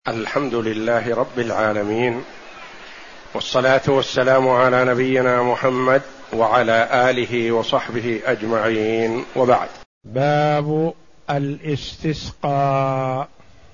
الحمد لله رب العالمين، والصلاة والسلام على نبينا محمد وعلى آله وصحبه أجمعين، وبعد. باب الاستسقاء.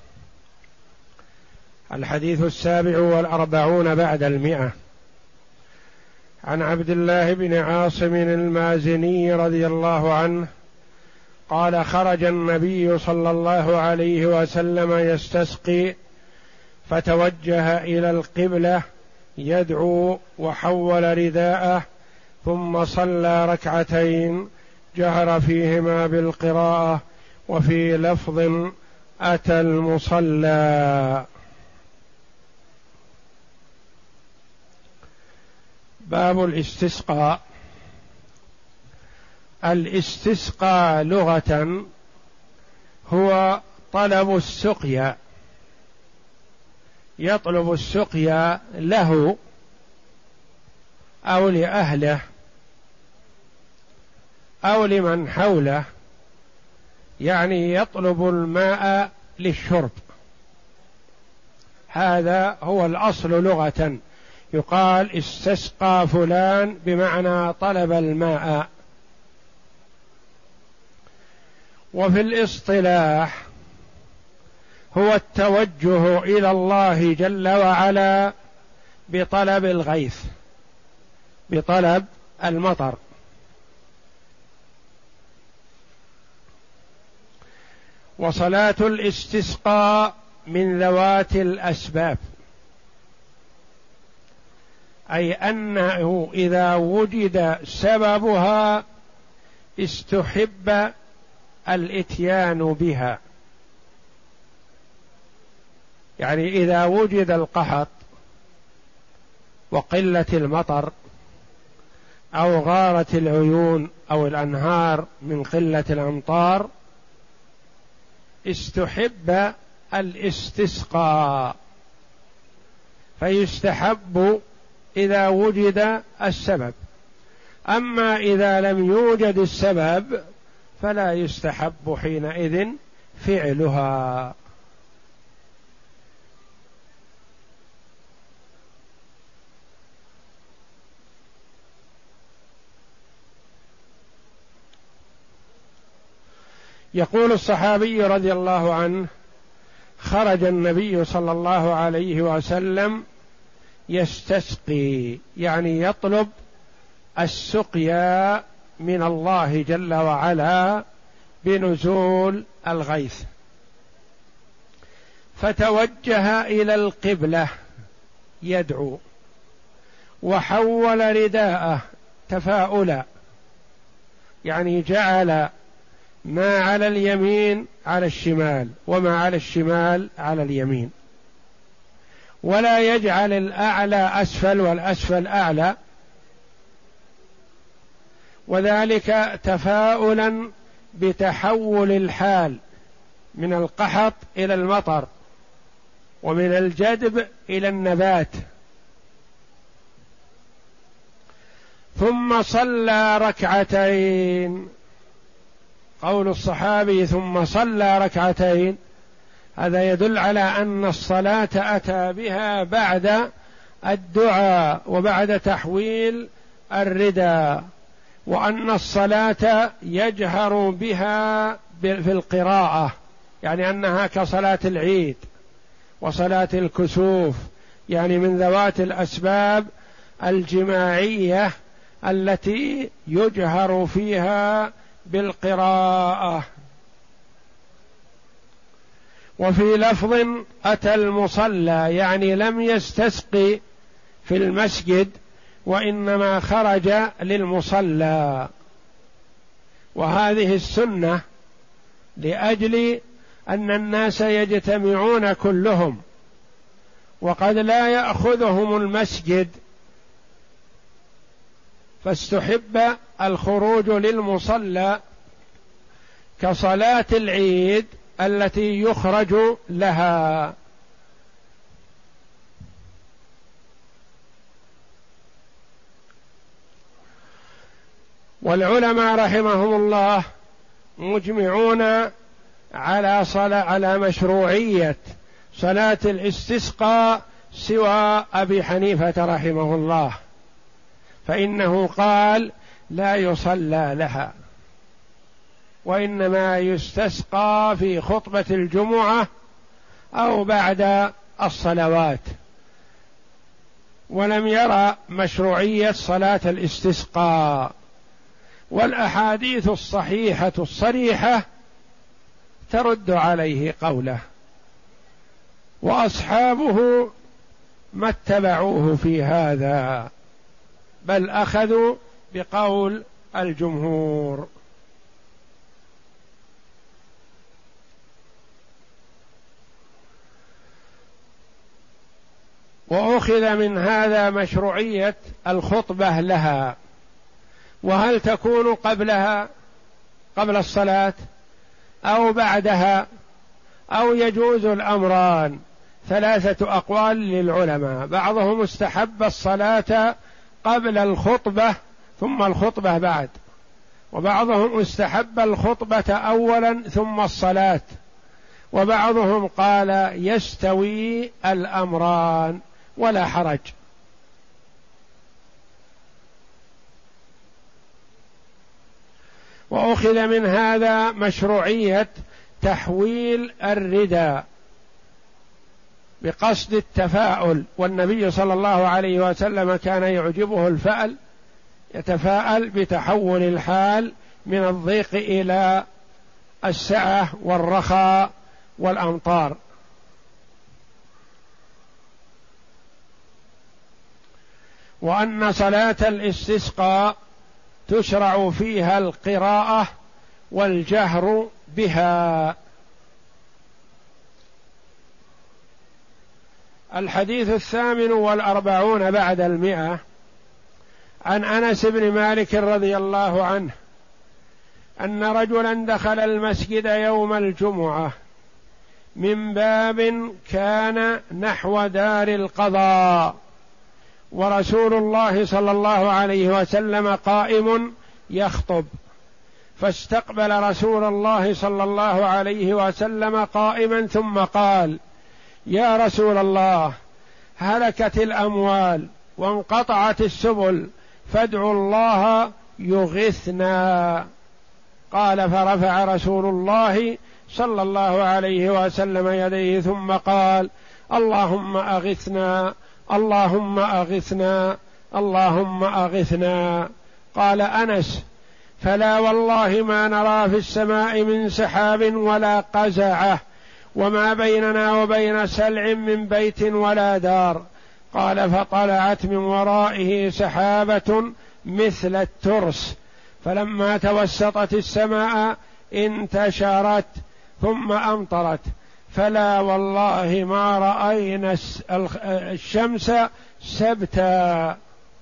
الحديث 47 بعد 100. عن عبد الله بن عاصم المازني رضي الله عنه قال: خرج النبي صلى الله عليه وسلم يستسقي، فتوجه إلى القبلة يدعو وحول رداءه، ثم صلى ركعتين جهر فيهما بالقراءة، وفي لفظ: أتى المصلى. باب الاستسقاء. الاستسقاء لغة هو طلب السقيا، يطلب السقيا له أو لأهله أو لمن حوله، يعني يطلب الماء للشرب. هذا هو الأصل لغة، يقال استسقى فلان بمعنى طلب الماء. وفي الاصطلاح هو التوجه إلى الله جل وعلا بطلب الغيث، بطلب المطر. وصلاة الاستسقاء من ذوات الأسباب، أي أنه إذا وجد سببها استحب الإتيان بها. يعني إذا وجد القحط وقلة المطر، أو غارت العيون أو الأنهار من قلة الأمطار، استحب الاستسقاء، فيستحب إذا وجد السبب. أما إذا لم يوجد السبب فلا يستحب حينئذ فعلها. يقول الصحابي رضي الله عنه: خرج النبي صلى الله عليه وسلم يستسقي، يعني يطلب السقيا من الله جل وعلا بنزول الغيث، فتوجه إلى القبلة يدعو، وحول رداءه تفاؤلا، يعني جعل ما على اليمين على الشمال، وما على الشمال على اليمين، ولا يجعل الأعلى أسفل والأسفل أعلى، وذلك تفاؤلا بتحول الحال من القحط إلى المطر، ومن الجدب إلى النبات. ثم صلى ركعتين. قول الصحابي ثم صلى ركعتين هذا يدل على أن الصلاة أتى بها بعد الدعاء وبعد تحويل الرداء، وأن الصلاة يجهر بها في القراءة، يعني أنها كصلاة العيد وصلاة الكسوف، يعني من ذوات الأسباب الجماعية التي يجهر فيها بالقراءة. وفي لفظ: أتى المصلى، يعني لم يستسقي في المسجد، وإنما خرج للمصلى. وهذه السنة لأجل أن الناس يجتمعون كلهم، وقد لا يأخذهم المسجد، فاستحب الخروج للمصلى كصلاة العيد التي يخرج لها. والعلماء رحمهم الله مجمعون على مشروعية صلاة الاستسقاء سوى أبي حنيفة رحمه الله، فإنه قال لا يصلى لها، وإنما يستسقى في خطبة الجمعة أو بعد الصلوات، ولم يرى مشروعية صلاة الاستسقاء. والأحاديث الصحيحة الصريحة ترد عليه قوله، وأصحابه ما اتبعوه في هذا، بل أخذوا بقول الجمهور. وأخذ من هذا مشروعية الخطبة لها، وهل تكون قبلها قبل الصلاة أو بعدها أو يجوز الأمران؟ ثلاثة أقوال للعلماء، بعضهم استحب الصلاة قبل الخطبة ثم الخطبة بعد، وبعضهم استحب الخطبة أولا ثم الصلاة، وبعضهم قال يستوي الأمران ولا حرج. وأخذ من هذا مشروعية تحويل الرداء بقصد التفاؤل، والنبي صلى الله عليه وسلم كان يعجبه الفأل، يتفاءل بتحول الحال من الضيق إلى السعة والرخاء والأمطار. وأن صلاة الاستسقاء تشرع فيها القراءة والجهر بها. الحديث 48 بعد 100 عن أنس بن مالك رضي الله عنه أن رجلا دخل المسجد يوم الجمعة من باب كان نحو دار القضاء، ورسول الله صلى الله عليه وسلم قائم يخطب، فاستقبل رسول الله صلى الله عليه وسلم قائما ثم قال: يا رسول الله، هلكت الأموال وانقطعت السبل، فادعوا الله يغثنا. قال: فرفع رسول الله صلى الله عليه وسلم يديه ثم قال: اللهم أغثنا، اللهم أغثنا، اللهم أغثنا. قال أنس: فلا والله ما نرى في السماء من سحاب ولا قزعة، وما بيننا وبين سلع من بيت ولا دار. قال: فطلعت من ورائه سحابة مثل الترس، فلما توسطت السماء انتشرت ثم أمطرت، فلا والله ما رأينا الشمس سبتا.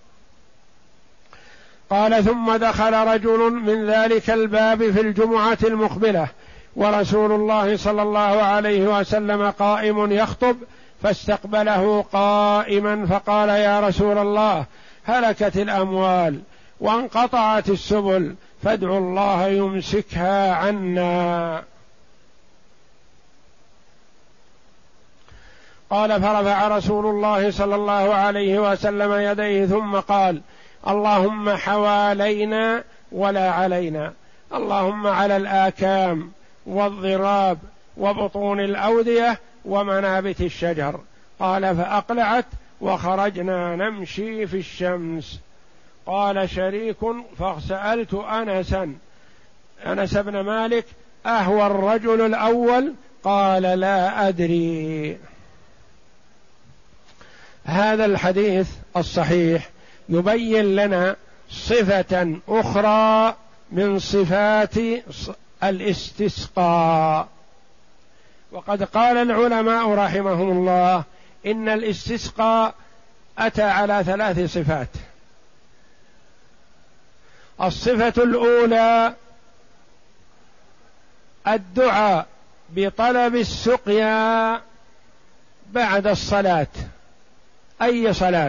قال: ثم دخل رجل من ذلك الباب في الجمعة المقبلة، ورسول الله صلى الله عليه وسلم قائم يخطب، فاستقبله قائما فقال: يا رسول الله، هلكت الأموال وانقطعت السبل، فادعوا الله يمسكها عنا. قال: فرفع رسول الله صلى الله عليه وسلم يديه ثم قال: اللهم حوالينا ولا علينا، اللهم على الآكام والضراب وبطون الأودية ومنابت الشجر. قال: فأقلعت وخرجنا نمشي في الشمس. قال شريك: فسألت أنس بن مالك: أهو الرجل الأول؟ قال: لا أدري. هذا الحديث الصحيح يبين لنا صفة أخرى من صفات الاستسقاء. وقد قال العلماء رحمهم الله إن الاستسقاء أتى على 3 صفات. الصفة الأولى الدعاء بطلب السقيا بعد الصلاة، أي صلاة.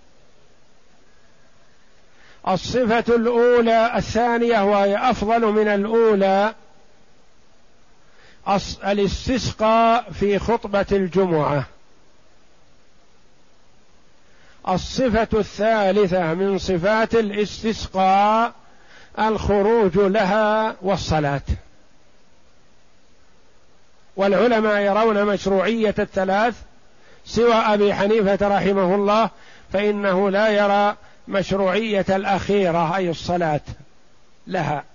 الصفة الأولى الثانية وهي أفضل من الأولى الاستسقاء في خطبة الجمعة. الصفة الثالثة من صفات الاستسقاء الخروج لها والصلاة. والعلماء يرون مشروعية الثلاث سوى أبي حنيفة رحمه الله، فإنه لا يرى مشروعية الأخيرة أي الصلاة لها.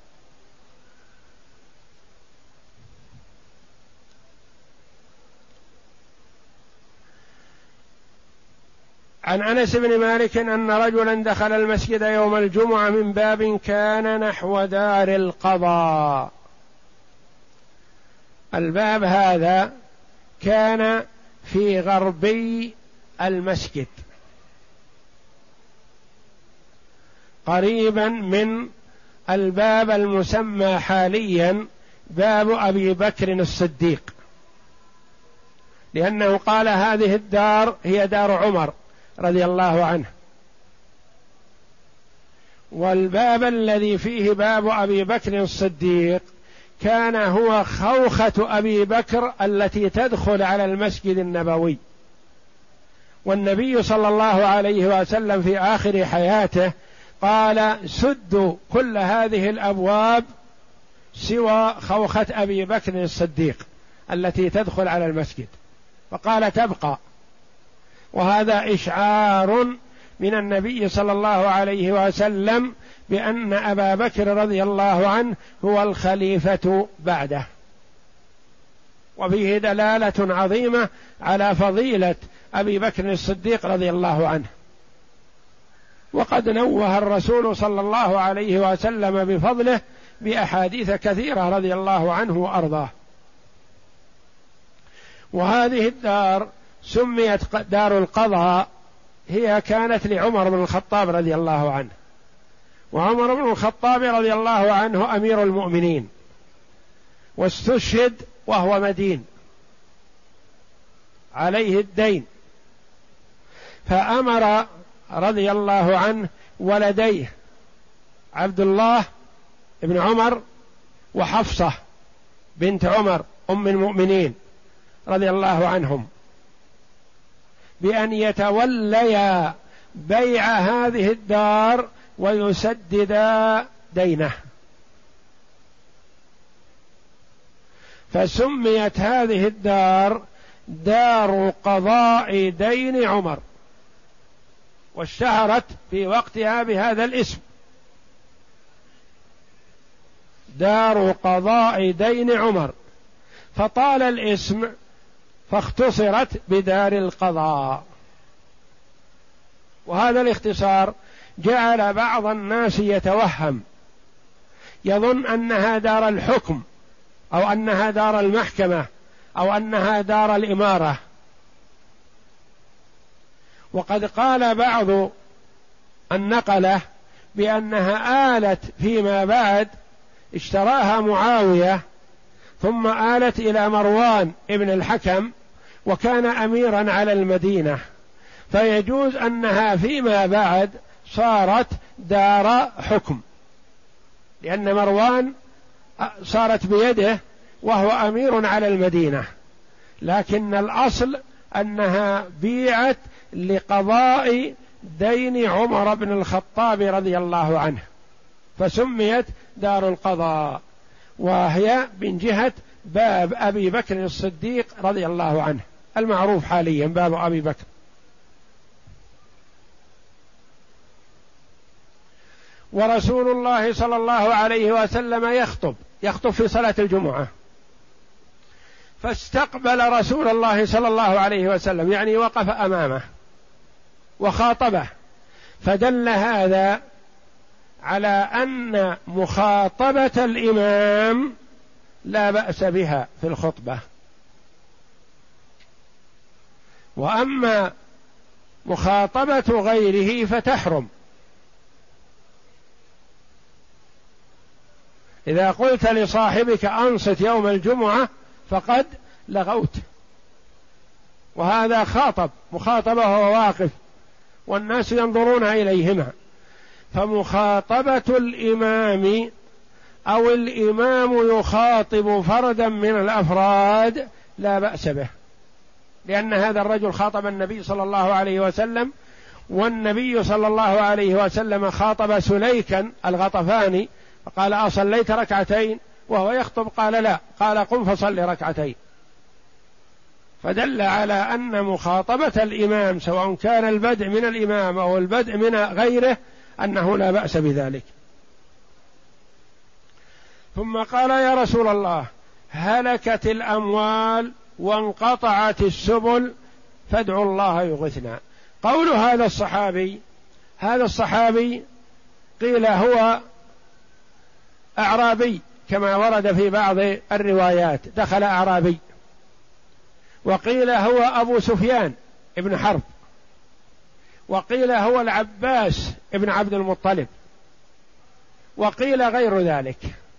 عن أنس بن مالك أن رجلا دخل المسجد يوم الجمعة من باب كان نحو دار القضاء. الباب هذا كان في غربي المسجد قريبا من الباب المسمى حاليا باب أبي بكر الصديق، لأنه قال هذه الدار هي دار عمر رضي الله عنه، والباب الذي فيه باب أبي بكر الصديق كان هو خوخة أبي بكر التي تدخل على المسجد النبوي. والنبي صلى الله عليه وسلم في آخر حياته قال سدوا كل هذه الأبواب سوى خوخة أبي بكر الصديق التي تدخل على المسجد، فقال تبقى. وهذا إشعار من النبي صلى الله عليه وسلم بأن أبا بكر رضي الله عنه هو الخليفة بعده، وفيه دلالة عظيمة على فضيلة أبي بكر الصديق رضي الله عنه. وقد نوه الرسول صلى الله عليه وسلم بفضله بأحاديث كثيرة رضي الله عنه وأرضاه. وهذه الدار سميت دار القضاء، هي كانت لعمر بن الخطاب رضي الله عنه، وعمر بن الخطاب رضي الله عنه أمير المؤمنين، واستشهد وهو مدين عليه الدين، فأمر رضي الله عنه ولديه عبد الله بن عمر وحفصة بنت عمر أم المؤمنين رضي الله عنهم بأن يتوليا بيع هذه الدار ويسددا دينه، فسميت هذه الدار دار قضاء دين عمر، واشتهرت في وقتها بهذا الاسم دار قضاء دين عمر، فطال الاسم فاختصرت بدار القضاء. وهذا الاختصار جعل بعض الناس يتوهم، يظن أنها دار الحكم أو أنها دار المحكمة أو أنها دار الإمارة. وقد قال بعض النقلة بأنها آلت فيما بعد، اشتراها معاوية ثم آلت إلى مروان ابن الحكم وكان أميرا على المدينة، فيجوز أنها فيما بعد صارت دار حكم، لأن مروان صارت بيده وهو أمير على المدينة، لكن الأصل أنها بيعت لقضاء دين عمر بن الخطاب رضي الله عنه، فسميت دار القضاء، وهي من جهة باب أبي بكر الصديق رضي الله عنه المعروف حاليا باب أبي بكر. ورسول الله صلى الله عليه وسلم يخطب في صلاة الجمعة، فاستقبل رسول الله صلى الله عليه وسلم، يعني وقف أمامه وخاطبه، فدل هذا على أن مخاطبة الإمام لا بأس بها في الخطبة، وأما مخاطبة غيره فتحرم. إذا قلت لصاحبك أنصت يوم الجمعة فقد لغوت، وهذا خاطب مخاطبة وهو واقف والناس ينظرون إليهما، فمخاطبة الإمام أو الإمام يخاطب فردا من الأفراد لا بأس به، لأن هذا الرجل خاطب النبي صلى الله عليه وسلم، والنبي صلى الله عليه وسلم خاطب سليكا الغطفاني فقال: أصليت ركعتين؟ وهو يخطب قال: لا. قال: قم فصل ركعتين. فدل على أن مخاطبة الإمام سواء كان البدء من الإمام أو البدء من غيره أنه لا بأس بذلك. ثم قال: يا رسول الله، هلكت الأموال وانقطعت السبل فادعوا الله يغثنا. قول هذا الصحابي قيل هو أعرابي كما ورد في بعض الروايات، دخل أعرابي، وقيل هو أبو سفيان ابن حرب، وقيل هو العباس ابن عبد المطلب، وقيل غير ذلك.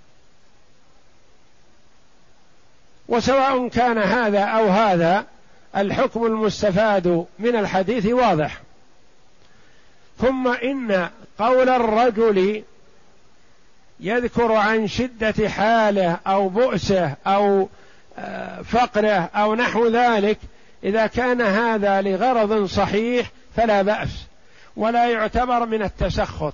وسواء كان هذا أو هذا الحكم المستفاد من الحديث واضح. ثم إن قول الرجل يذكر عن شدة حاله أو بؤسه أو فقره أو نحو ذلك، إذا كان هذا لغرض صحيح فلا بأس، ولا يعتبر من التسخط،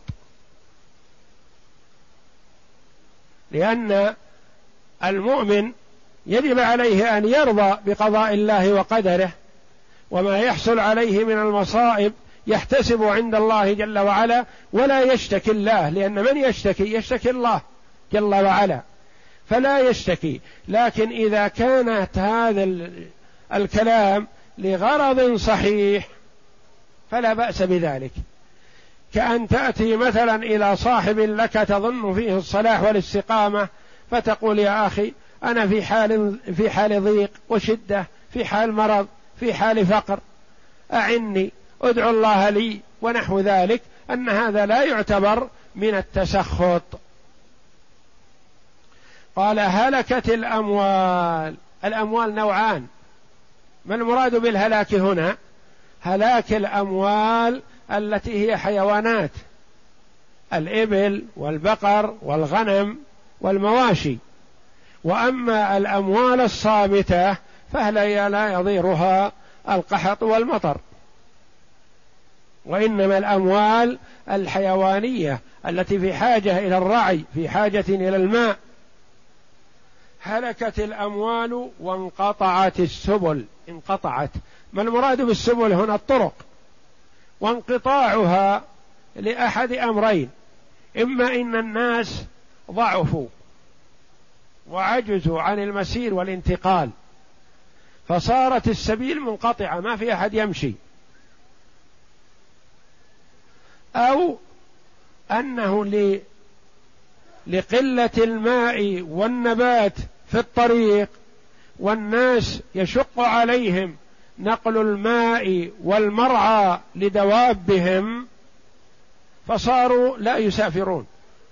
لأن المؤمن يجب عليه أن يرضى بقضاء الله وقدره، وما يحصل عليه من المصائب يحتسب عند الله جل وعلا ولا يشتكي الله، لأن من يشتكي الله جل وعلا، فلا يشتكي. لكن إذا كانت هذا الكلام لغرض صحيح فلا بأس بذلك، كأن تأتي مثلا إلى صاحب لك تظن فيه الصلاح والاستقامة فتقول: يا أخي أنا في حال ضيق وشدة، في حال مرض، في حال فقر، أعني، ادعو الله لي ونحو ذلك، أن هذا لا يعتبر من التسخط. قال: هلكت الأموال نوعان. ما المراد بالهلاك هنا؟ هلاك الأموال التي هي حيوانات، الإبل والبقر والغنم والمواشي. وأما الأموال الصامتة فهي لا يضيرها القحط والمطر، وإنما الأموال الحيوانية التي في حاجة إلى الرعي، في حاجة إلى الماء. هلكت الأموال وانقطعت السبل. انقطعت، ما المراد بالسبل هنا؟ الطرق. وانقطاعها لأحد أمرين: إما إن الناس ضعفوا وعجزوا عن المسير والانتقال فصارت السبيل منقطعة ما في أحد يمشي، أو أنه لقلة الماء والنبات في الطريق والناس يشق عليهم نقل الماء والمرعى لدوابهم فصاروا لا يسافرون،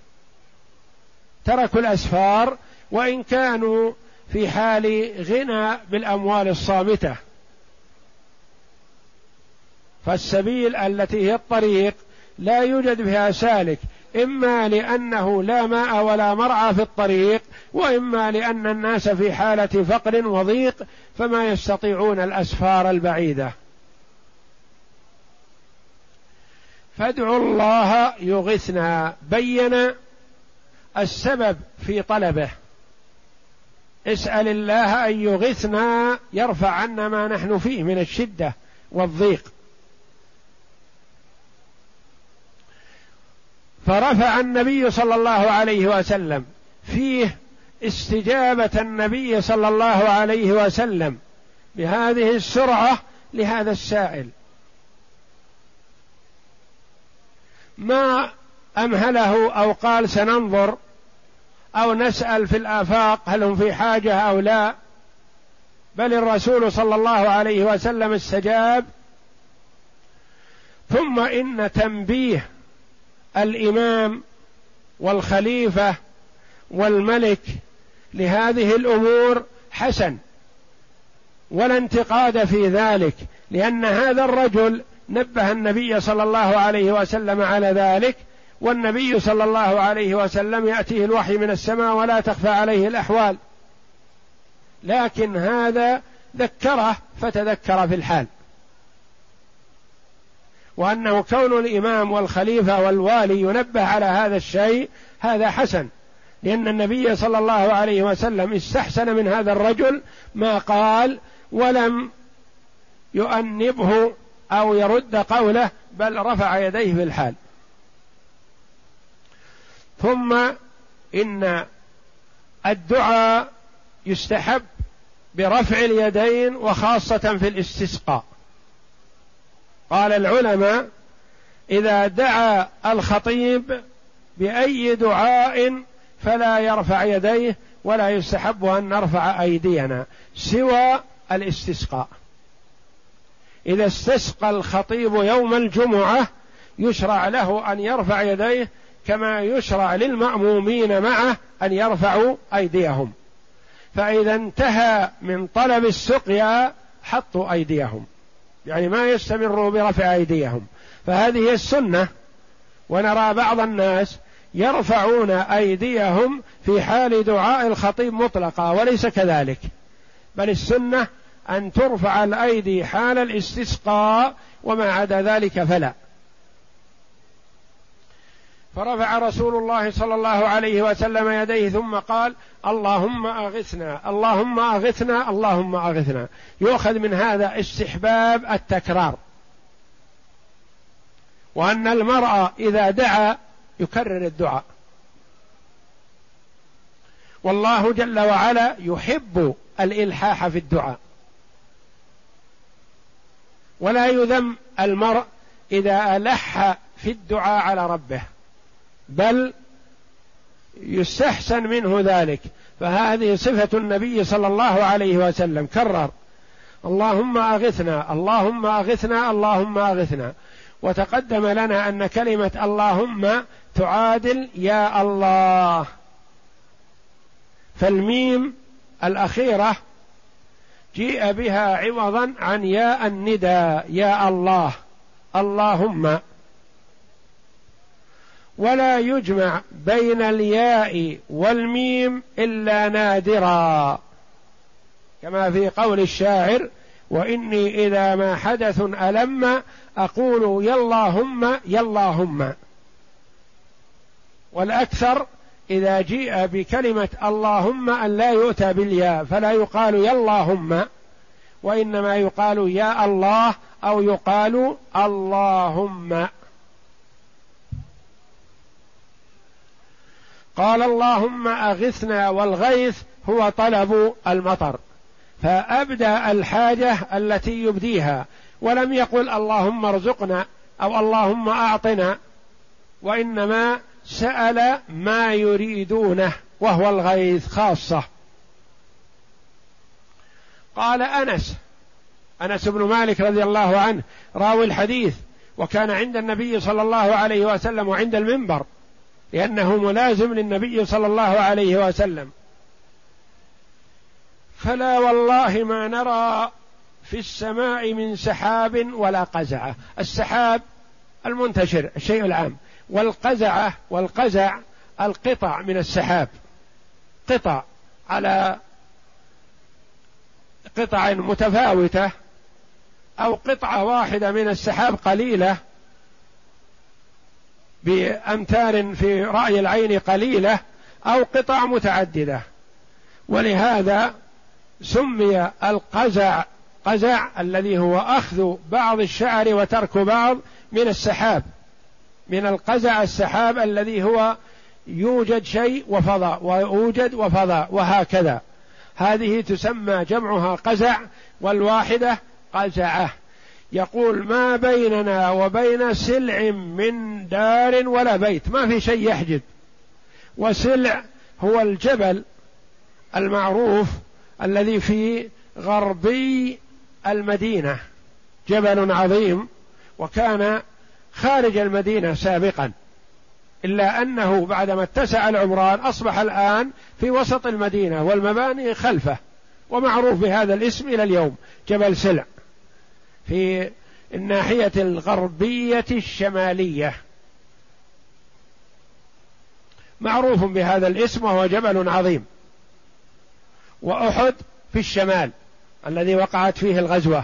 تركوا الأسفار وإن كانوا في حال غنى بالأموال الصامتة. فالسبيل التي هي الطريق لا يوجد بها سالك، إما لأنه لا ماء ولا مرعى في الطريق، وإما لأن الناس في حالة فقر وضيق فما يستطيعون الأسفار البعيدة. فادعوا الله يغثنا، بين السبب في طلبه، اسأل الله أن يغثنا يرفع عنا ما نحن فيه من الشدة والضيق. فرفع النبي صلى الله عليه وسلم فيه استجابة النبي صلى الله عليه وسلم بهذه السرعة لهذا السائل، ما أمهله أو قال سننظر أو نسأل في الآفاق هل هم في حاجة أو لا، بل الرسول صلى الله عليه وسلم استجاب. ثم إن تنبيه الإمام والخليفة والملك لهذه الأمور حسن، ولا انتقاد في ذلك، لأن هذا الرجل نبه النبي صلى الله عليه وسلم على ذلك والنبي صلى الله عليه وسلم يأتيه الوحي من السماء ولا تخفى عليه الأحوال، لكن هذا ذكره فتذكر في الحال. وأنه كون الإمام والخليفة والوالي ينبه على هذا الشيء هذا حسن، لأن النبي صلى الله عليه وسلم استحسن من هذا الرجل ما قال ولم يؤنبه أو يرد قوله، بل رفع يديه في الحال. ثم إن الدعاء يستحب برفع اليدين وخاصة في الاستسقاء. قال العلماء إذا دعا الخطيب بأي دعاء فلا يرفع يديه، ولا يستحب أن نرفع أيدينا سوى الاستسقاء. إذا استسقى الخطيب يوم الجمعة يشرع له أن يرفع يديه كما يشرع للمأمومين معه أن يرفعوا أيديهم، فإذا انتهى من طلب السقيا حطوا أيديهم، يعني ما يستمروا برفع أيديهم، فهذه السنة. ونرى بعض الناس يرفعون أيديهم في حال دعاء الخطيب مطلقة، وليس كذلك، بل السنة أن ترفع الأيدي حال الاستسقاء، وما عدا ذلك فلا. فرفع رسول الله صلى الله عليه وسلم يديه ثم قال اللهم أغثنا اللهم أغثنا اللهم أغثنا. يؤخذ من هذا استحباب التكرار، وأن المرء إذا دعا يكرر الدعاء، والله جل وعلا يحب الإلحاح في الدعاء، ولا يذم المرء إذا ألح في الدعاء على ربه، بل يستحسن منه ذلك. فهذه صفة النبي صلى الله عليه وسلم، كرر اللهم أغثنا اللهم أغثنا اللهم أغثنا. وتقدم لنا أن كلمة اللهم تعادل يا الله، فالميم الأخيرة جيء بها عوضا عن ياء النداء يا الله اللهم، ولا يجمع بين الياء والميم إلا نادرا، كما في قول الشاعر وإني إذا ما حدث ألم أقول ياللهم ياللهم. والأكثر إذا جيء بكلمة اللهم أن لا يؤتى بالياء، فلا يقال ياللهم، وإنما يقال يا الله أو يقال اللهم. قال اللهم أغثنا، والغيث هو طلب المطر، فأبدى الحاجة التي يبديها، ولم يقل اللهم ارزقنا أو اللهم أعطنا، وإنما سأل ما يريدونه وهو الغيث خاصة. قال أنس بن مالك رضي الله عنه راوي الحديث، وكان عند النبي صلى الله عليه وسلم وعند المنبر، لأنه ملازم للنبي صلى الله عليه وسلم، فلا والله ما نرى في السماء من سحاب ولا قزعة. السحاب المنتشر الشيء العام، والقزع القطع من السحاب، قطع على قطع متفاوتة، أو قطعة واحدة من السحاب قليلة بأمتار في رأي العين قليلة، أو قطع متعددة. ولهذا سمي القزع قزع الذي هو أخذ بعض الشعر وترك بعض من السحاب، من القزع السحاب الذي هو يوجد شيء وفضاء ويوجد وفضاء وهكذا، هذه تسمى جمعها قزع، والواحدة قزعة. يقول ما بيننا وبين سلع من دار ولا بيت، ما في شيء يحجب. وسلع هو الجبل المعروف الذي في غربي المدينة، جبل عظيم، وكان خارج المدينة سابقا، إلا أنه بعدما اتسع العمران أصبح الآن في وسط المدينة والمباني خلفه، ومعروف بهذا الاسم إلى اليوم، جبل سلع في الناحية الغربية الشمالية. معروف بهذا الاسم وهو جبل عظيم. وأحد في الشمال الذي وقعت فيه الغزوة.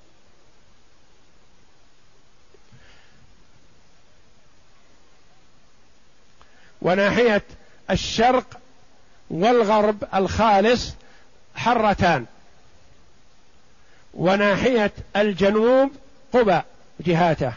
وناحية الشرق والغرب الخالص حرتان، وناحية الجنوب قبى جهاته.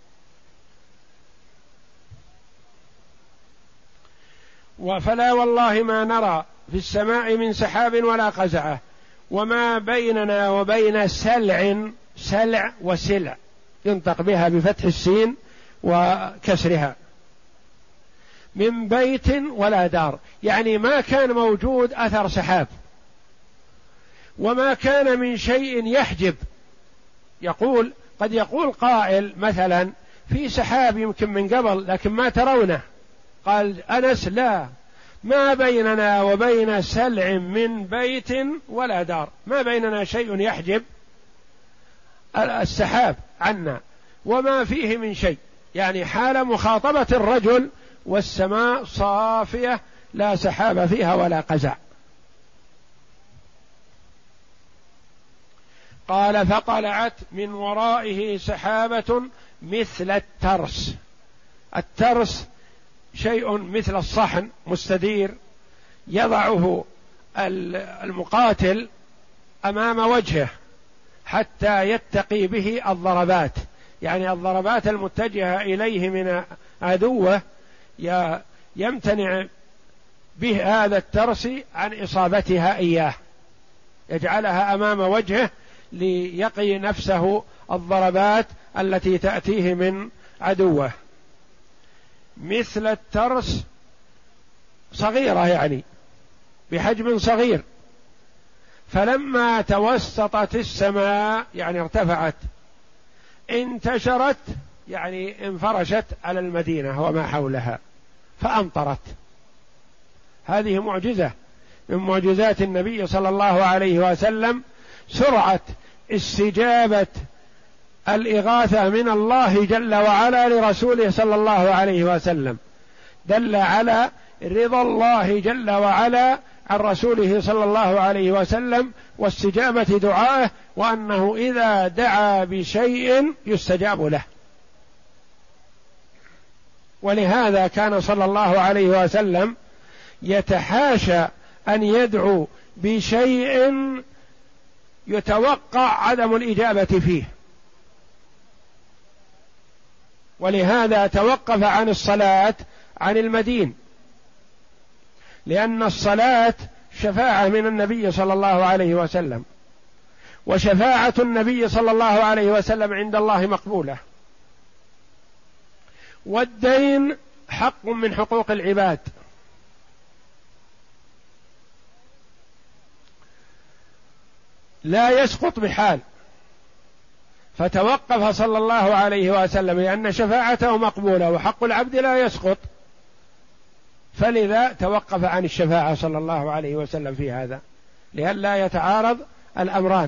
فلا والله ما نرى في السماء من سحاب ولا قزعة، وما بيننا وبين سلع وسلع ينطق بها بفتح السين وكسرها، من بيت ولا دار، يعني ما كان موجود أثر سحاب، وما كان من شيء يحجب. قد يقول قائل مثلا في سحاب يمكن من قبل لكن ما ترونه، قال أنس لا، ما بيننا وبين سلع من بيت ولا دار، ما بيننا شيء يحجب السحاب عنا وما فيه من شيء، يعني حال مخاطبة الرجل والسماء صافية لا سحاب فيها ولا قزع. قال فطلعت من ورائه سحابة مثل الترس. الترس شيء مثل الصحن مستدير يضعه المقاتل أمام وجهه حتى يتقي به الضربات، يعني الضربات المتجهة إليه من عدوه يمتنع به هذا الترس عن إصابتها إياه، يجعلها أمام وجهه ليقي نفسه الضربات التي تأتيه من عدوه. مثل الترس صغيرة يعني بحجم صغير، فلما توسطت السماء يعني ارتفعت، انتشرت يعني انفرشت على المدينة وما حولها فأمطرت. هذه معجزة من معجزات النبي صلى الله عليه وسلم، سرعة استجابة الإغاثة من الله جل وعلا لرسوله صلى الله عليه وسلم، دل على رضا الله جل وعلا عن رسوله صلى الله عليه وسلم واستجابة دعائه، وأنه إذا دعا بشيء يستجاب له. ولهذا كان صلى الله عليه وسلم يتحاشى أن يدعو بشيء يتوقع عدم الإجابة فيه، ولهذا توقف عن الصلاة عن المدين، لأن الصلاة شفاعة من النبي صلى الله عليه وسلم، وشفاعة النبي صلى الله عليه وسلم عند الله مقبولة، والدين حق من حقوق العباد، لا يسقط بحال، فتوقف صلى الله عليه وسلم لأن شفاعته مقبولة وحق العبد لا يسقط، فلذا توقف عن الشفاعة صلى الله عليه وسلم في هذا لئلا يتعارض الأمران.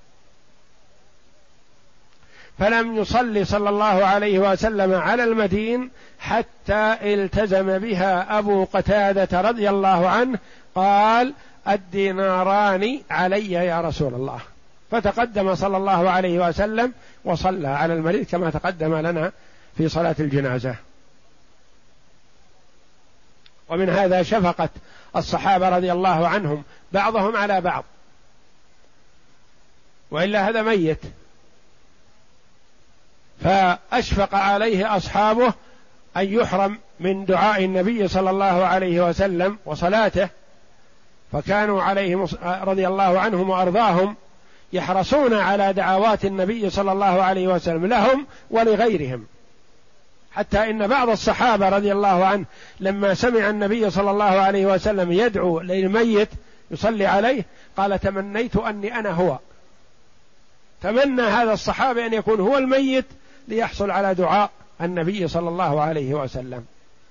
فلم يصلي صلى الله عليه وسلم على المدين حتى التزم بها أبو قتادة رضي الله عنه، قال الديناران علي يا رسول الله، فتقدم صلى الله عليه وسلم وصلى على المريض كما تقدم لنا في صلاة الجنازة. ومن هذا شفقة الصحابة رضي الله عنهم بعضهم على بعض، وإلا هذا ميت، فأشفق عليه أصحابه أن يحرم من دعاء النبي صلى الله عليه وسلم وصلاته، فكانوا عليه رضي الله عنهم وأرضاهم يحرصون على دعوات النبي صلى الله عليه وسلم لهم ولغيرهم، حتى إن بعض الصحابة رضي الله عنه لما سمع النبي صلى الله عليه وسلم يدعو للميت يصلي عليه قال تمنيت أني أنا هو، تمنى هذا الصحابي أن يكون هو الميت ليحصل على دعاء النبي صلى الله عليه وسلم.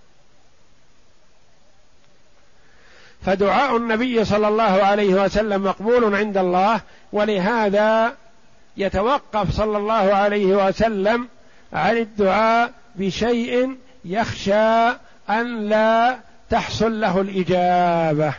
فدعاء النبي صلى الله عليه وسلم مقبول عند الله، ولهذا يتوقف صلى الله عليه وسلم عن الدعاء بشيء يخشى أن لا تحصل له الإجابة.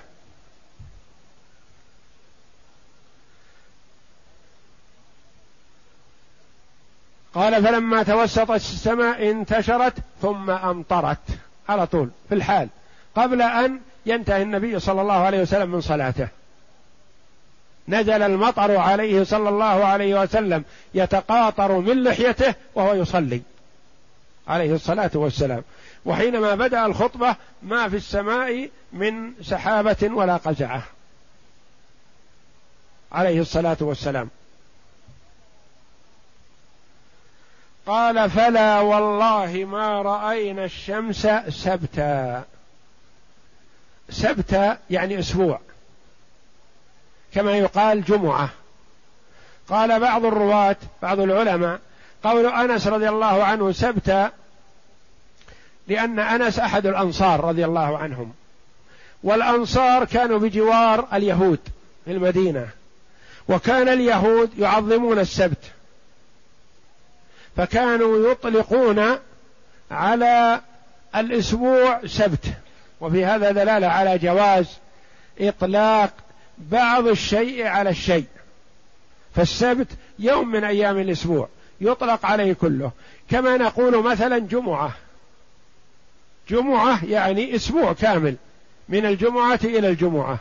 قال فلما توسطت السماء انتشرت ثم أمطرت على طول في الحال قبل أن ينتهي النبي صلى الله عليه وسلم من صلاته، نزل المطر عليه صلى الله عليه وسلم يتقاطر من لحيته وهو يصلي عليه الصلاة والسلام، وحينما بدأ الخطبة ما في السماء من سحابة ولا قزعة عليه الصلاة والسلام. قال فلا والله ما رأينا الشمس سبتا. سبتا يعني أسبوع، كما يقال جمعة. قال بعض الرواة بعض العلماء قول أنس رضي الله عنه سبتا لأن أنس أحد الأنصار رضي الله عنهم، والأنصار كانوا بجوار اليهود في المدينة، وكان اليهود يعظمون السبت، فكانوا يطلقون على الأسبوع سبت، وفي هذا دلالة على جواز إطلاق بعض الشيء على الشيء، فالسبت يوم من أيام الأسبوع يطلق عليه كله، كما نقول مثلا جمعة. جمعة يعني أسبوع كامل من الجمعة إلى الجمعة.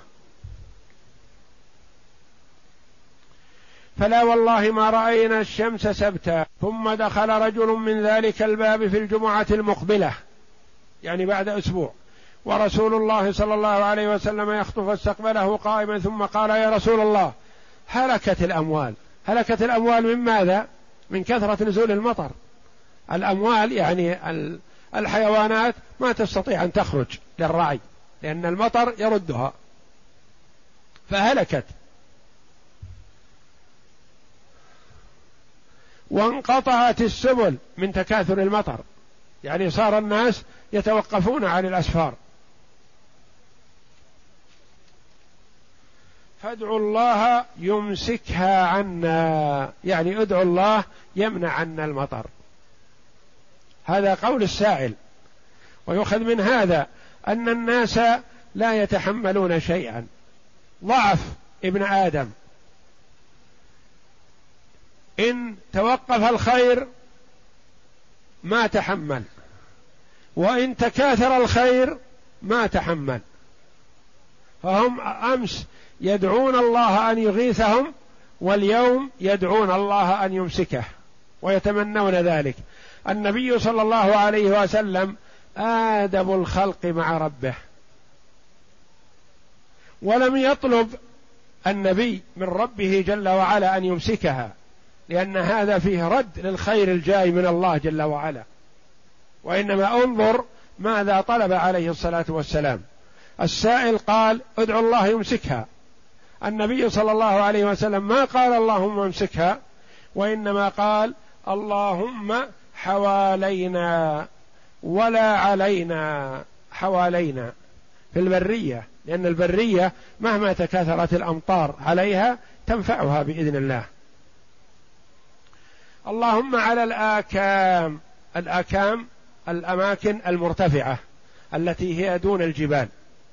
فلا والله ما رأينا الشمس سبتا. ثم دخل رجل من ذلك الباب في الجمعة المقبلة يعني بعد أسبوع، ورسول الله صلى الله عليه وسلم يخطب فاستقبله قائما ثم قال يا رسول الله هلكت الأموال. هلكت الأموال من ماذا؟ من كثرة نزول المطر. الأموال يعني الحيوانات ما تستطيع أن تخرج للرعي لأن المطر يردها فهلكت. وانقطعت السبل من تكاثر المطر، يعني صار الناس يتوقفون عن الأسفار. فادعوا الله يمسكها عنا، يعني ادعوا الله يمنع عنا المطر. هذا قول السائل. ويؤخذ من هذا أن الناس لا يتحملون شيئا، ضعف ابن آدم، إن توقف الخير ما تحمل، وإن تكاثر الخير ما تحمل. فهم أمس يدعون الله أن يغيثهم، واليوم يدعون الله أن يمسكه ويتمنون ذلك. النبي صلى الله عليه وسلم آدب الخلق مع ربه، ولم يطلب النبي من ربه جل وعلا أن يمسكها، لأن هذا فيه رد للخير الجاي من الله جل وعلا، وإنما انظر ماذا طلب عليه الصلاة والسلام. السائل قال ادعو الله يمسكها، النبي صلى الله عليه وسلم ما قال اللهم امسكها، وإنما قال اللهم حوالينا ولا علينا. حوالينا في البرية، لأن البرية مهما تكاثرت الأمطار عليها تنفعها بإذن الله. اللهم على الآكام. الآكام الأماكن المرتفعة التي هي دون الجبال.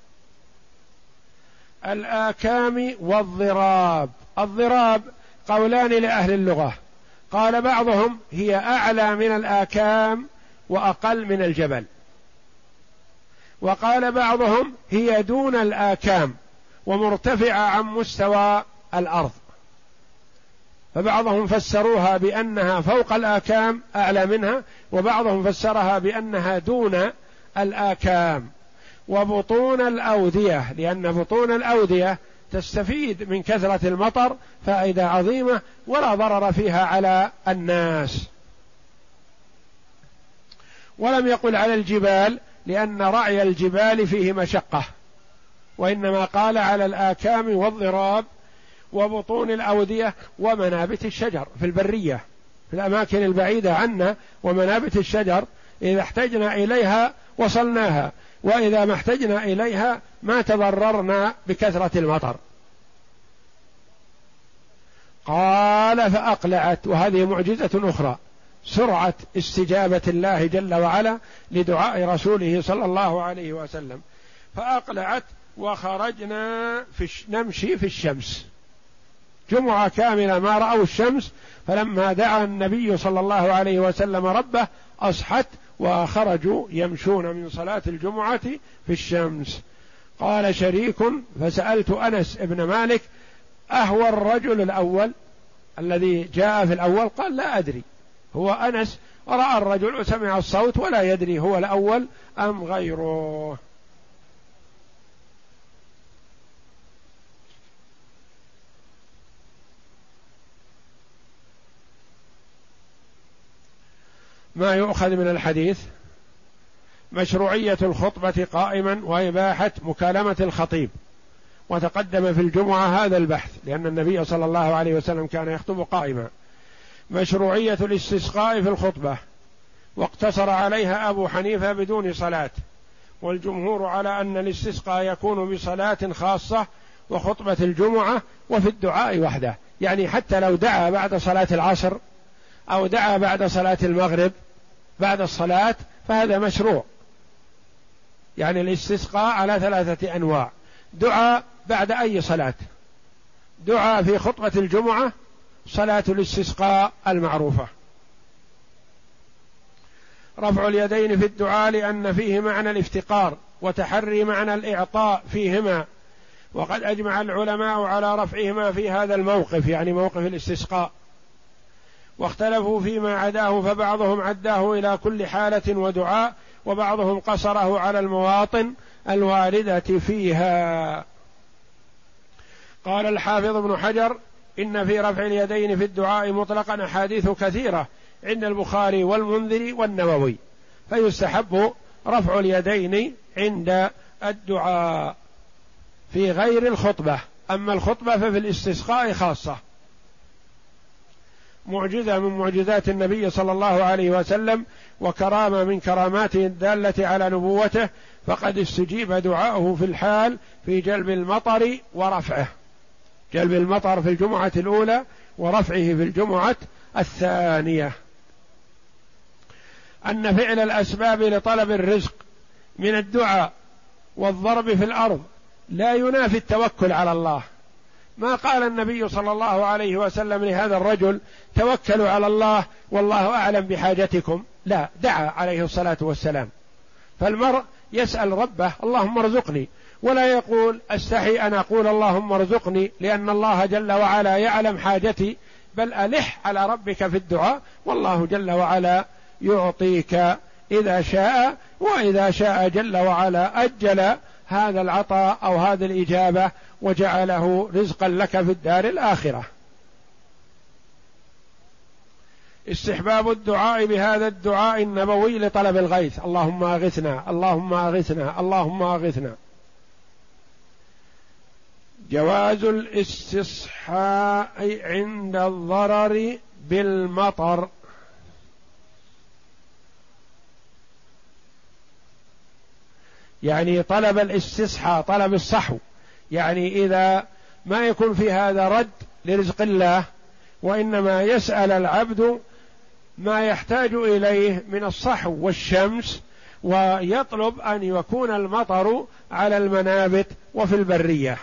الآكام والضراب. الضراب قولان لأهل اللغة، قال بعضهم هي أعلى من الآكام وأقل من الجبل، وقال بعضهم هي دون الآكام ومرتفعة عن مستوى الأرض، فبعضهم فسروها بأنها فوق الآكام أعلى منها، وبعضهم فسرها بأنها دون الآكام. وبطون الأودية، لأن بطون الأودية تستفيد من كثرة المطر فائدة عظيمة ولا ضرر فيها على الناس. ولم يقل على الجبال لأن رعي الجبال فيه مشقة، وإنما قال على الآكام والضراب وبطون الأودية ومنابت الشجر في البرية، في الأماكن البعيدة عنا، ومنابت الشجر إذا احتجنا إليها وصلناها، وإذا ما احتجنا إليها ما تضررنا بكثرة المطر. قال فأقلعت. وهذه معجزة أخرى، سرعة استجابة الله جل وعلا لدعاء رسوله صلى الله عليه وسلم. فأقلعت وخرجنا نمشي في الشمس، جمعة كاملة ما رأوا الشمس، فلما دعا النبي صلى الله عليه وسلم ربه أصحت وخرجوا يمشون من صلاة الجمعة في الشمس. قال شريك: فسألت أنس بن مالك: أهو الرجل الأول الذي جاء في الأول؟ قال: لا أدري. هو أنس رأى الرجل وسمع الصوت ولا يدري هو الأول أم غيره. ما يؤخذ من الحديث: مشروعية الخطبة قائما وإباحة مكالمة الخطيب، وتقدم في الجمعة هذا البحث لأن النبي صلى الله عليه وسلم كان يخطب قائما. مشروعية الاستسقاء في الخطبة، واقتصر عليها أبو حنيفة بدون صلاة، والجمهور على أن الاستسقاء يكون بصلاة خاصة وخطبة الجمعة وفي الدعاء وحده، يعني حتى لو دعا بعد صلاة العصر أو دعا بعد صلاة المغرب بعد الصلاة فهذا مشروع. يعني الاستسقاء على 3 أنواع: دعاء بعد أي صلاة، دعاء في خطبة الجمعة، صلاة الاستسقاء المعروفة. رفع اليدين في الدعاء لأن فيه معنى الافتقار وتحري معنى الإعطاء فيهما، وقد أجمع العلماء على رفعهما في هذا الموقف، يعني موقف الاستسقاء، واختلفوا فيما عداه، فبعضهم عداه إلى كل حالة ودعاء، وبعضهم قصره على المواطن الواردة فيها. قال الحافظ ابن حجر: إن في رفع اليدين في الدعاء مطلقا أحاديث كثيرة عند البخاري والمنذري والنووي، فيستحب رفع اليدين عند الدعاء في غير الخطبة، أما الخطبة ففي الاستسقاء خاصة. معجزة من معجزات النبي صلى الله عليه وسلم وكرامة من كراماته الدالة على نبوته، فقد استجيب دعاؤه في الحال في جلب المطر ورفعه، جلب المطر في الجمعة الأولى ورفعه في الجمعة الثانية. أن فعل الأسباب لطلب الرزق من الدعاء والضرب في الأرض لا ينافي التوكل على الله. ما قال النبي صلى الله عليه وسلم لهذا الرجل: توكلوا على الله والله أعلم بحاجتكم، لا، دعا عليه الصلاة والسلام. فالمرء يسأل ربه: اللهم ارزقني، ولا يقول استحي أن أقول اللهم ارزقني لأن الله جل وعلا يعلم حاجتي، بل ألح على ربك في الدعاء، والله جل وعلا يعطيك إذا شاء، وإذا شاء جل وعلا أجل هذا العطاء أو هذه الإجابة وجعله رزقا لك في الدار الآخرة. استحباب الدعاء بهذا الدعاء النبوي لطلب الغيث: اللهم أغثنا، اللهم أغثنا، اللهم أغثنا. جواز الاستصحاء عند الضرر بالمطر. يعني طلب الاستصحاء طلب الصحو، يعني إذا ما يكون في هذا رد لرزق الله، وإنما يسأل العبد ما يحتاج إليه من الصحو والشمس، ويطلب أن يكون المطر على المنابت وفي البرية.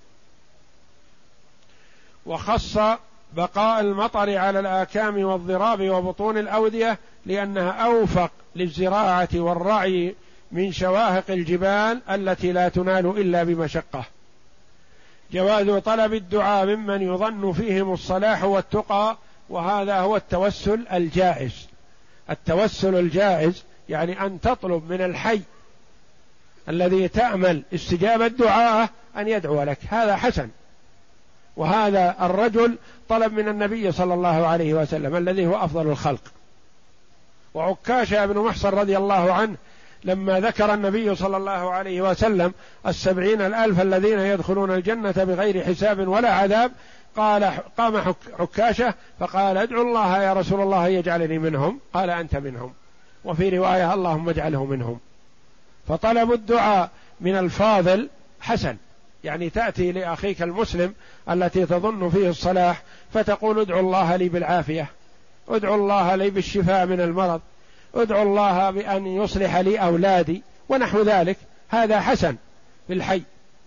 وخص بقاء المطر على الآكام والضراب وبطون الأودية لأنها أوفق للزراعة والرعي من شواهق الجبال التي لا تنال إلا بمشقة. جواز طلب الدعاء ممن يظن فيهم الصلاح والتقى، وهذا هو التوسل الجائز. التوسل الجائز يعني أن تطلب من الحي الذي تأمل استجابة دعاءه أن يدعو لك، هذا حسن. وهذا الرجل طلب من النبي صلى الله عليه وسلم الذي هو أفضل الخلق. وعكاشة بن محصن رضي الله عنه لما ذكر النبي صلى الله عليه وسلم 70,000 الذين يدخلون الجنة بغير حساب ولا عذاب، قام عكاشة فقال: ادعو الله يا رسول الله يجعلني منهم، قال: أنت منهم. وفي رواية: اللهم اجعله منهم. فطلب الدعاء من الفاضل حسن، يعني تأتي لأخيك المسلم التي تظن فيه الصلاح فتقول: ادعو الله لي بالعافية، ادعو الله لي بالشفاء من المرض، ادعو الله بأن يصلح لي أولادي ونحو ذلك، هذا حسن في الحي.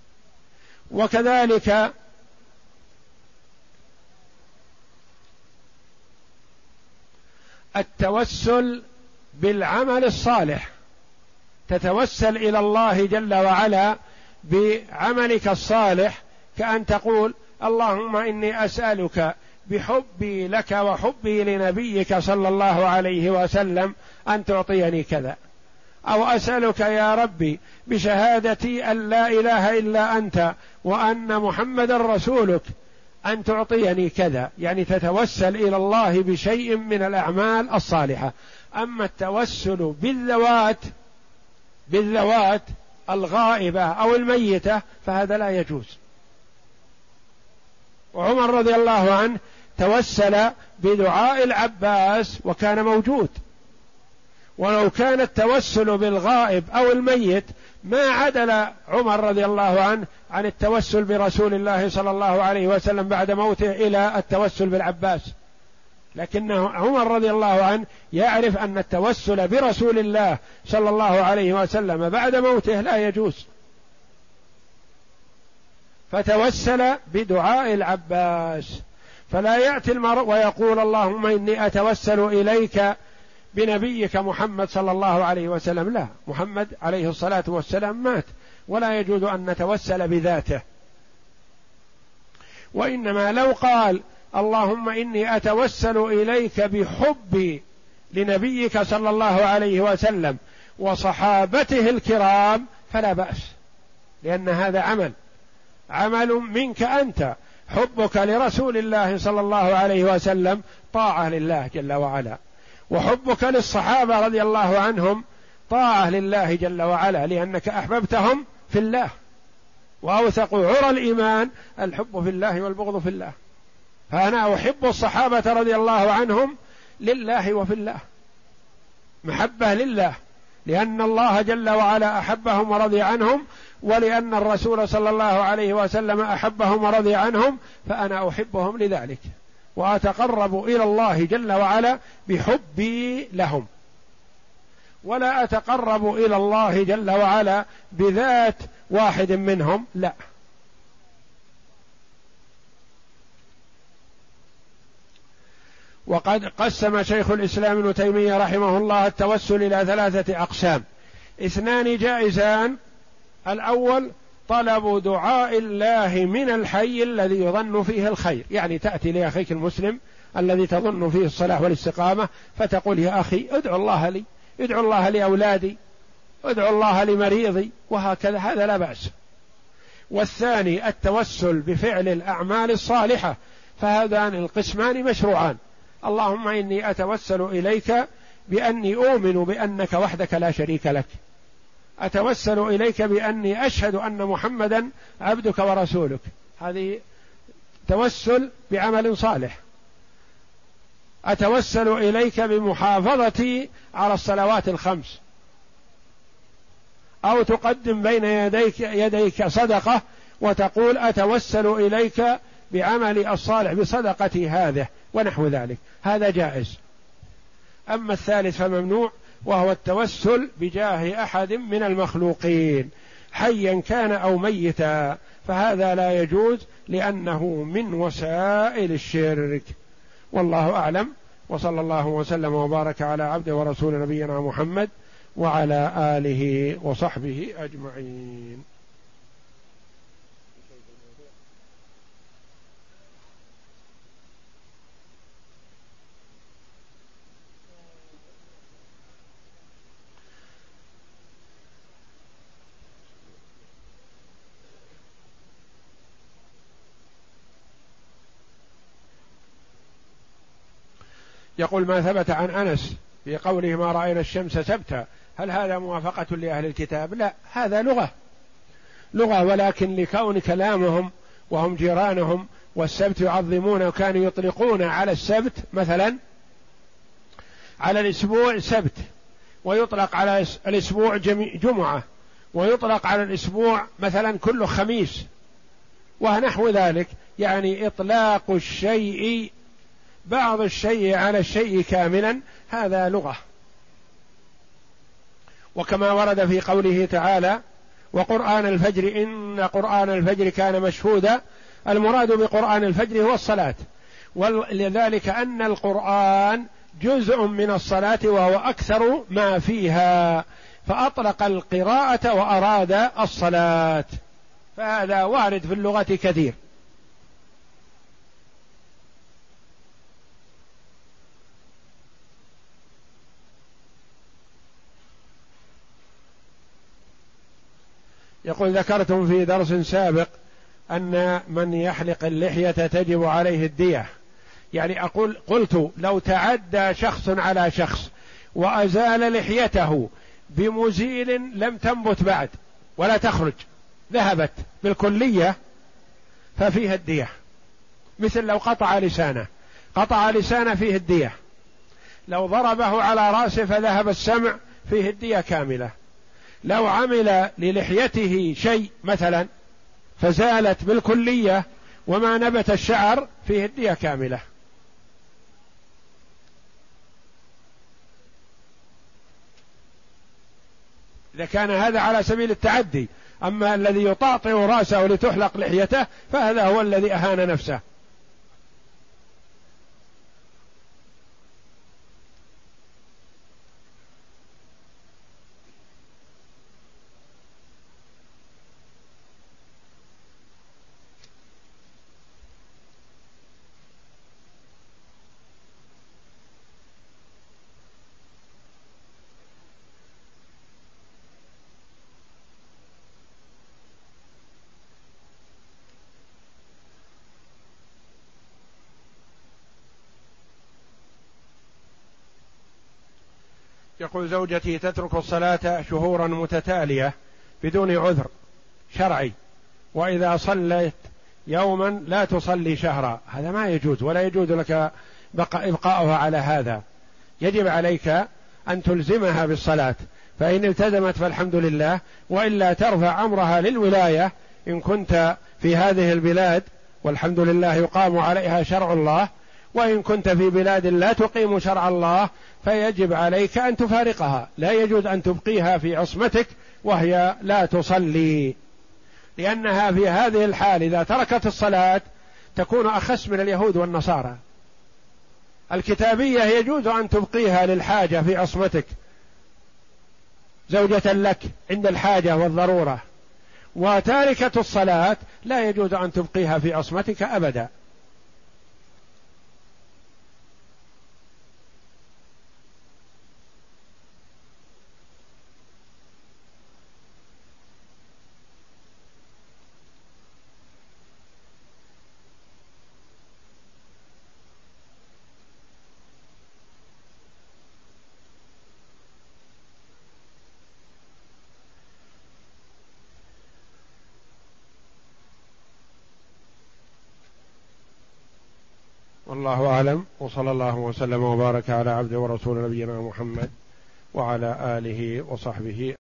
وكذلك التوسل بالعمل الصالح، تتوسل إلى الله جل وعلا بعملك الصالح، كأن تقول اللهم إني أسألك بحبي لك وحبي لنبيك صلى الله عليه وسلم أن تعطيني كذا، أو أسألك يا ربي بشهادتي أن لا إله إلا أنت وأن محمد رسولك أن تعطيني كذا، يعني تتوسل إلى الله بشيء من الأعمال الصالحة. أما التوسل بالذوات الغائبة أو الميتة فهذا لا يجوز. وعمر رضي الله عنه توسل بدعاء العباس وكان موجود، ولو كان التوسل بالغائب أو الميت ما عدل عمر رضي الله عنه عن التوسل برسول الله صلى الله عليه وسلم بعد موته إلى التوسل بالعباس، لكنه عمر رضي الله عنه يعرف أن التوسل برسول الله صلى الله عليه وسلم بعد موته لا يجوز، فتوسل بدعاء العباس. فلا يأتي المرء ويقول اللهم إني أتوسل إليك بنبيك محمد صلى الله عليه وسلم، لا، محمد عليه الصلاة والسلام مات ولا يجوز أن نتوسل بذاته. وإنما لو قال اللهم إني أتوسل إليك بحبي لنبيك صلى الله عليه وسلم وصحابته الكرام فلا بأس، لأن هذا عمل منك أنت، حبك لرسول الله صلى الله عليه وسلم طاعة لله جل وعلا، وحبك للصحابة رضي الله عنهم طاعة لله جل وعلا، لأنك أحببتهم في الله، وأوثق عرى الإيمان الحب في الله والبغض في الله. فأنا أحب الصحابة رضي الله عنهم لله وفي الله، محبة لله، لأن الله جل وعلا أحبهم ورضي عنهم، ولأن الرسول صلى الله عليه وسلم أحبهم ورضي عنهم، فأنا أحبهم لذلك، وأتقرب إلى الله جل وعلا بحبي لهم، ولا أتقرب إلى الله جل وعلا بذات واحد منهم، لا. وقد قسم شيخ الإسلام ابن تيمية رحمه الله التوسل إلى 3 أقسام: 2 جائزان: الأول طلب دعاء الله من الحي الذي يظن فيه الخير، يعني تأتي لأخيك المسلم الذي تظن فيه الصلاح والاستقامة فتقول يا أخي ادعو الله لي، ادعو الله لأولادي، ادعو الله لمريضي، وهكذا، هذا لا بأس. والثاني التوسل بفعل الأعمال الصالحة، فهذان القسمان مشروعان: اللهم إني أتوسل إليك بأني أؤمن بأنك وحدك لا شريك لك، أتوسل إليك بأني أشهد أن محمدا عبدك ورسولك، هذه توسل بعمل صالح. أتوسل إليك بمحافظتي على الصلوات ال5، أو تقدم بين يديك صدقة وتقول أتوسل إليك بعملي الصالح بصدقتي هذه ونحو ذلك، هذا جائز. أما الثالث فممنوع، وهو التوسل بجاه أحد من المخلوقين حيا كان أو ميتا، فهذا لا يجوز لأنه من وسائل الشرك. والله أعلم، وصلى الله وسلم وبارك على عبده ورسول نبينا محمد وعلى آله وصحبه أجمعين. يقول: ما ثبت عن أنس في قوله ما رأينا الشمس سبتا، هل هذا موافقة لأهل الكتاب؟ لا، هذا لغة، ولكن لكون كلامهم وهم جيرانهم والسبت يعظمون، وكانوا يطلقون على السبت مثلا على الأسبوع سبت، ويطلق على الأسبوع جمعة، ويطلق على الأسبوع مثلا كله خميس ونحو ذلك، يعني إطلاق الشيء بعض الشيء على الشيء كاملا، هذا لغة. وكما ورد في قوله تعالى: وقرآن الفجر إن قرآن الفجر كان مشهودا، المراد بقرآن الفجر هو الصلاة، ولذلك أن القرآن جزء من الصلاة وهو أكثر ما فيها، فأطلق القراءة وأراد الصلاة، فهذا وارد في اللغة كثير. يقول ذكرتم في درس سابق أن من يحلق اللحية تجب عليه الدية، يعني قلت لو تعدى شخص على شخص وأزال لحيته بمزيل لم تنبت بعد ولا تخرج، ذهبت بالكلية، ففيها الدية. مثل لو قطع لسانه فيه الدية، لو ضربه على رأسه فذهب السمع فيه الدية كاملة، لو عمل للحيته شيء مثلا فزالت بالكلية وما نبت الشعر فيه الدية كاملة. إذا كان هذا على سبيل التعدي، أما الذي يطاطئ رأسه لتحلق لحيته فهذا هو الذي أهان نفسه. يقول زوجتي تترك الصلاة شهورا متتالية بدون عذر شرعي، وإذا صلت يوما لا تصلي شهرا، هذا ما يجوز، ولا يجوز لك إبقاؤها على هذا، يجب عليك أن تلزمها بالصلاة، فإن التزمت فالحمد لله، وإلا ترفع أمرها للولاية إن كنت في هذه البلاد والحمد لله يقام عليها شرع الله، وإن كنت في بلاد لا تقيم شرع الله فيجب عليك أن تفارقها، لا يجوز أن تبقيها في عصمتك وهي لا تصلي، لأنها في هذه الحال إذا تركت الصلاة تكون أخس من اليهود والنصارى. الكتابية يجوز أن تبقيها للحاجة في عصمتك زوجة لك عند الحاجة والضرورة، وتاركة الصلاة لا يجوز أن تبقيها في عصمتك أبدا. والله أعلم، وصلى الله وسلم وبارك على عبده ورسول نبينا محمد وعلى آله وصحبه.